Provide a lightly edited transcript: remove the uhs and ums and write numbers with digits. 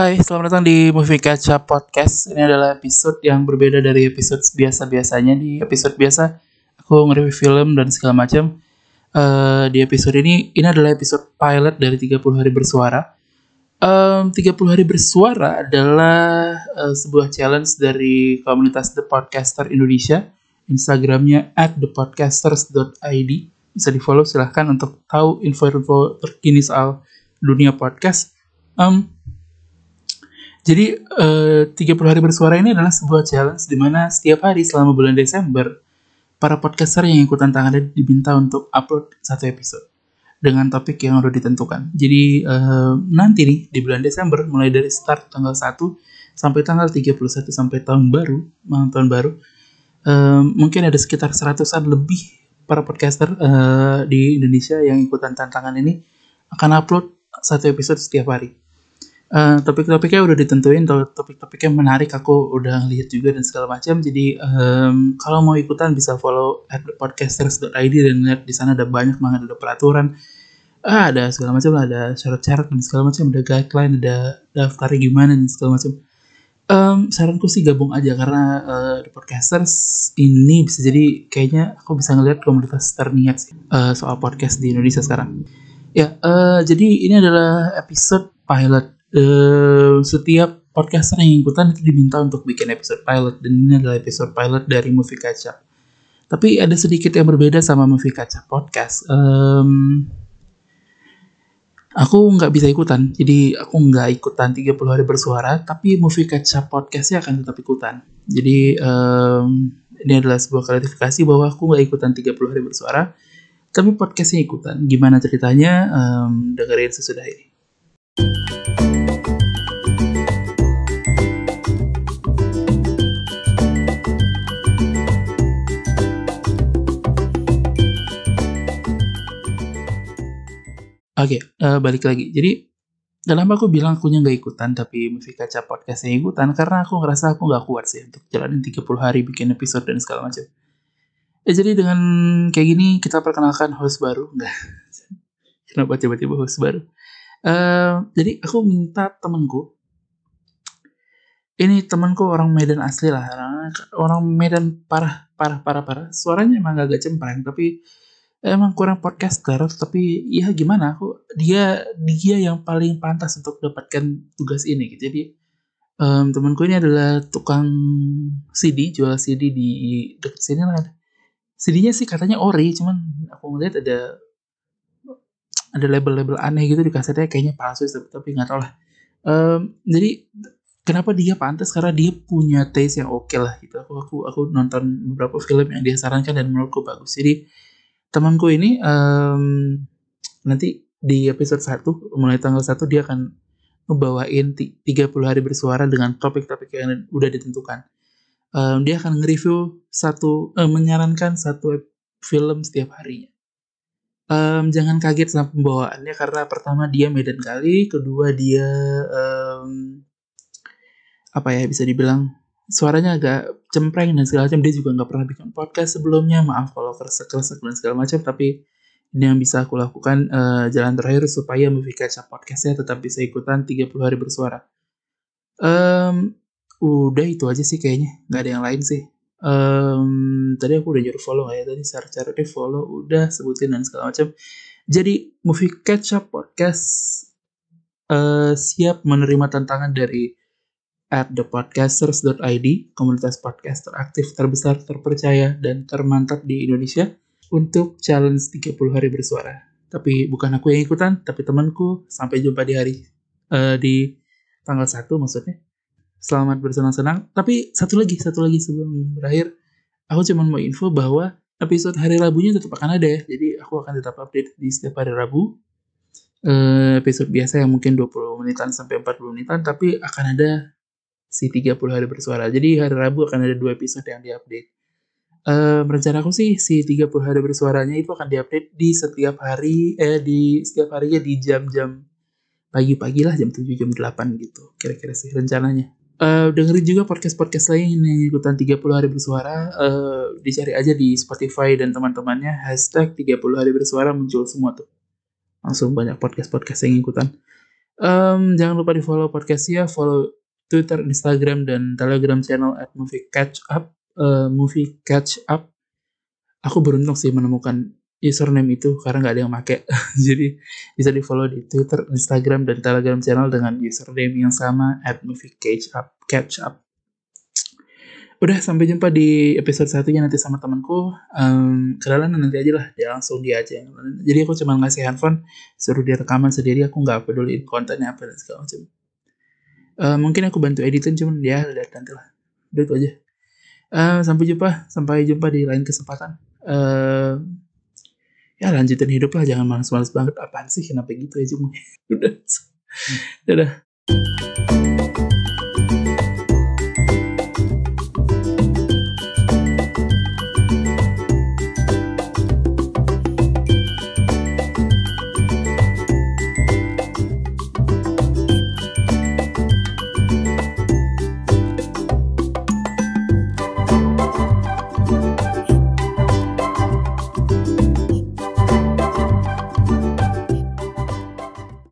Hai, selamat datang di Movie Kaca Podcast. Ini adalah episode yang berbeda dari episode biasa-biasanya. Di episode biasa, aku nge-review film dan segala macam. Di episode ini adalah episode pilot dari 30 Hari Bersuara. 30 Hari Bersuara adalah sebuah challenge dari komunitas The Podcaster Indonesia. Instagramnya @thepodcasters.id. Bisa di-follow, silahkan untuk tahu info-info terkini soal dunia podcast. Jadi 30 Hari Bersuara ini adalah sebuah challenge di mana setiap hari selama bulan Desember, para podcaster yang ikut tantangannya diminta untuk upload satu episode dengan topik yang udah ditentukan. Jadi nanti nih di bulan Desember, mulai dari start tanggal 1 sampai tanggal 31 sampai malam tahun baru, mungkin ada sekitar 100-an lebih para podcaster di Indonesia yang ikutan tantangan ini akan upload satu episode setiap hari. Topik-topiknya udah ditentuin, topik-topiknya menarik, aku udah lihat juga dan segala macam. Jadi kalau mau ikutan bisa follow @thepodcasters.id dan lihat di sana ada banyak banget, ada peraturan, ada segala macam, ada syarat-syarat dan segala macam, ada guideline, ada daftarnya gimana dan segala macam. Saranku sih gabung aja karena The Podcasters ini bisa jadi kayaknya aku bisa ngelihat komunitas terniat sih, soal podcast di Indonesia sekarang. Ya, jadi ini adalah episode pilot. Setiap podcaster yang ikutan itu diminta untuk bikin episode pilot, dan ini adalah episode pilot dari Movie Kaca. Tapi ada sedikit yang berbeda sama Movie Kaca Podcast. Aku nggak bisa ikutan, jadi aku nggak ikutan 30 Hari Bersuara, tapi Movie Kaca Podcastnya akan tetap ikutan. Jadi ini adalah sebuah klarifikasi bahwa aku nggak ikutan 30 Hari Bersuara, tapi podcastnya ikutan. Gimana ceritanya? Dengerin sesudah ini. Oke, balik lagi. Jadi kenapa aku bilang akunya nggak ikutan tapi Movie Kaca Podcastnya ikutan, karena aku ngerasa aku nggak kuat sih untuk jalanin 30 hari bikin episode dan segala macam. Jadi dengan kayak gini kita perkenalkan host baru. Nggak, kenapa tiba-tiba host baru? Jadi aku minta temanku. Ini temanku orang Medan asli lah, orang Medan parah. Suaranya emang agak cempreng, tapi emang kurang podcaster. Tapi ya gimana, dia yang paling pantas untuk dapatkan tugas ini gitu. Jadi temanku ini adalah tukang CD, jual CD di dekat sini lah. CD-nya sih katanya ori, cuman aku ngeliat ada label-label aneh gitu di kasetnya, kayaknya palsu, tapi nggak tahu lah. Jadi kenapa dia pantas? Karena dia punya taste yang oke lah gitu. Aku nonton beberapa film yang dia sarankan dan menurutku bagus. Jadi temanku ini nanti di episode 1 mulai tanggal 1 dia akan ngebawain 30 Hari Bersuara dengan topik-topik yang udah ditentukan. Dia akan nge-review menyarankan satu film setiap harinya. Jangan kaget sama pembawaannya, karena pertama dia Medan kali, kedua dia bisa dibilang suaranya agak cempreng dan segala macam. Dia juga nggak pernah bikin podcast sebelumnya, maaf kalau kresek-kresek dan segala macam, tapi ini yang bisa aku lakukan jalan terakhir supaya Movie Kaca Podcastnya tetap bisa ikutan 30 Hari Bersuara. Udah itu aja sih kayaknya, nggak ada yang lain sih. Tadi aku udah nyuruh follow nggak ya? Tadi syarat-syaratnya follow udah sebutin dan segala macam. Jadi Movie Kaca Podcast siap menerima tantangan dari @thepodcasters.id, komunitas podcast teraktif, terbesar, terpercaya, dan termantap di Indonesia, untuk challenge 30 Hari Bersuara. Tapi bukan aku yang ikutan, tapi temanku. Sampai jumpa di tanggal 1 maksudnya. Selamat bersenang-senang. Tapi satu lagi sebelum berakhir, aku cuma mau info bahwa episode hari Rabunya tetap akan ada ya. Jadi aku akan tetap update di setiap hari Rabu. Episode biasa yang mungkin 20 menitan sampai 40 menitan, tapi akan ada si 30 Hari Bersuara. Jadi hari Rabu akan ada 2 episode yang diupdate. Rencanaku sih si 30 Hari Bersuaranya itu akan diupdate di setiap hari, di setiap harinya di jam-jam pagi-pagi lah, jam 7, jam 8 gitu. Kira-kira sih rencananya. Dengerin juga podcast-podcast lain yang ikutan 30 Hari Bersuara. Dicari aja di Spotify dan teman-temannya, #30 Hari Bersuara muncul semua tuh. Langsung banyak podcast-podcast yang ikutan. Jangan lupa di follow podcastnya, follow Twitter, Instagram, dan Telegram channel @moviecatchup. Movie Catch Up. Aku beruntung sih menemukan username itu karena nggak ada yang make. Jadi bisa di follow di Twitter, Instagram, dan Telegram channel dengan username yang sama @moviecatchup. Catch up. Udah, sampai jumpa di episode satunya nanti sama temanku. Kenalan nanti aja lah, dia langsung dia aja. Jadi aku cuma ngasih handphone, suruh dia rekaman sendiri, aku nggak peduli kontennya apa dan segala macam. Mungkin aku bantu editin, cuman dia lihat nanti lah. Udah itu aja. Sampai jumpa di lain kesempatan. Ya lanjutin hidup lah, jangan malas-malas banget. Apaan sih, kenapa gitu ya cuma. Udah. Dadah.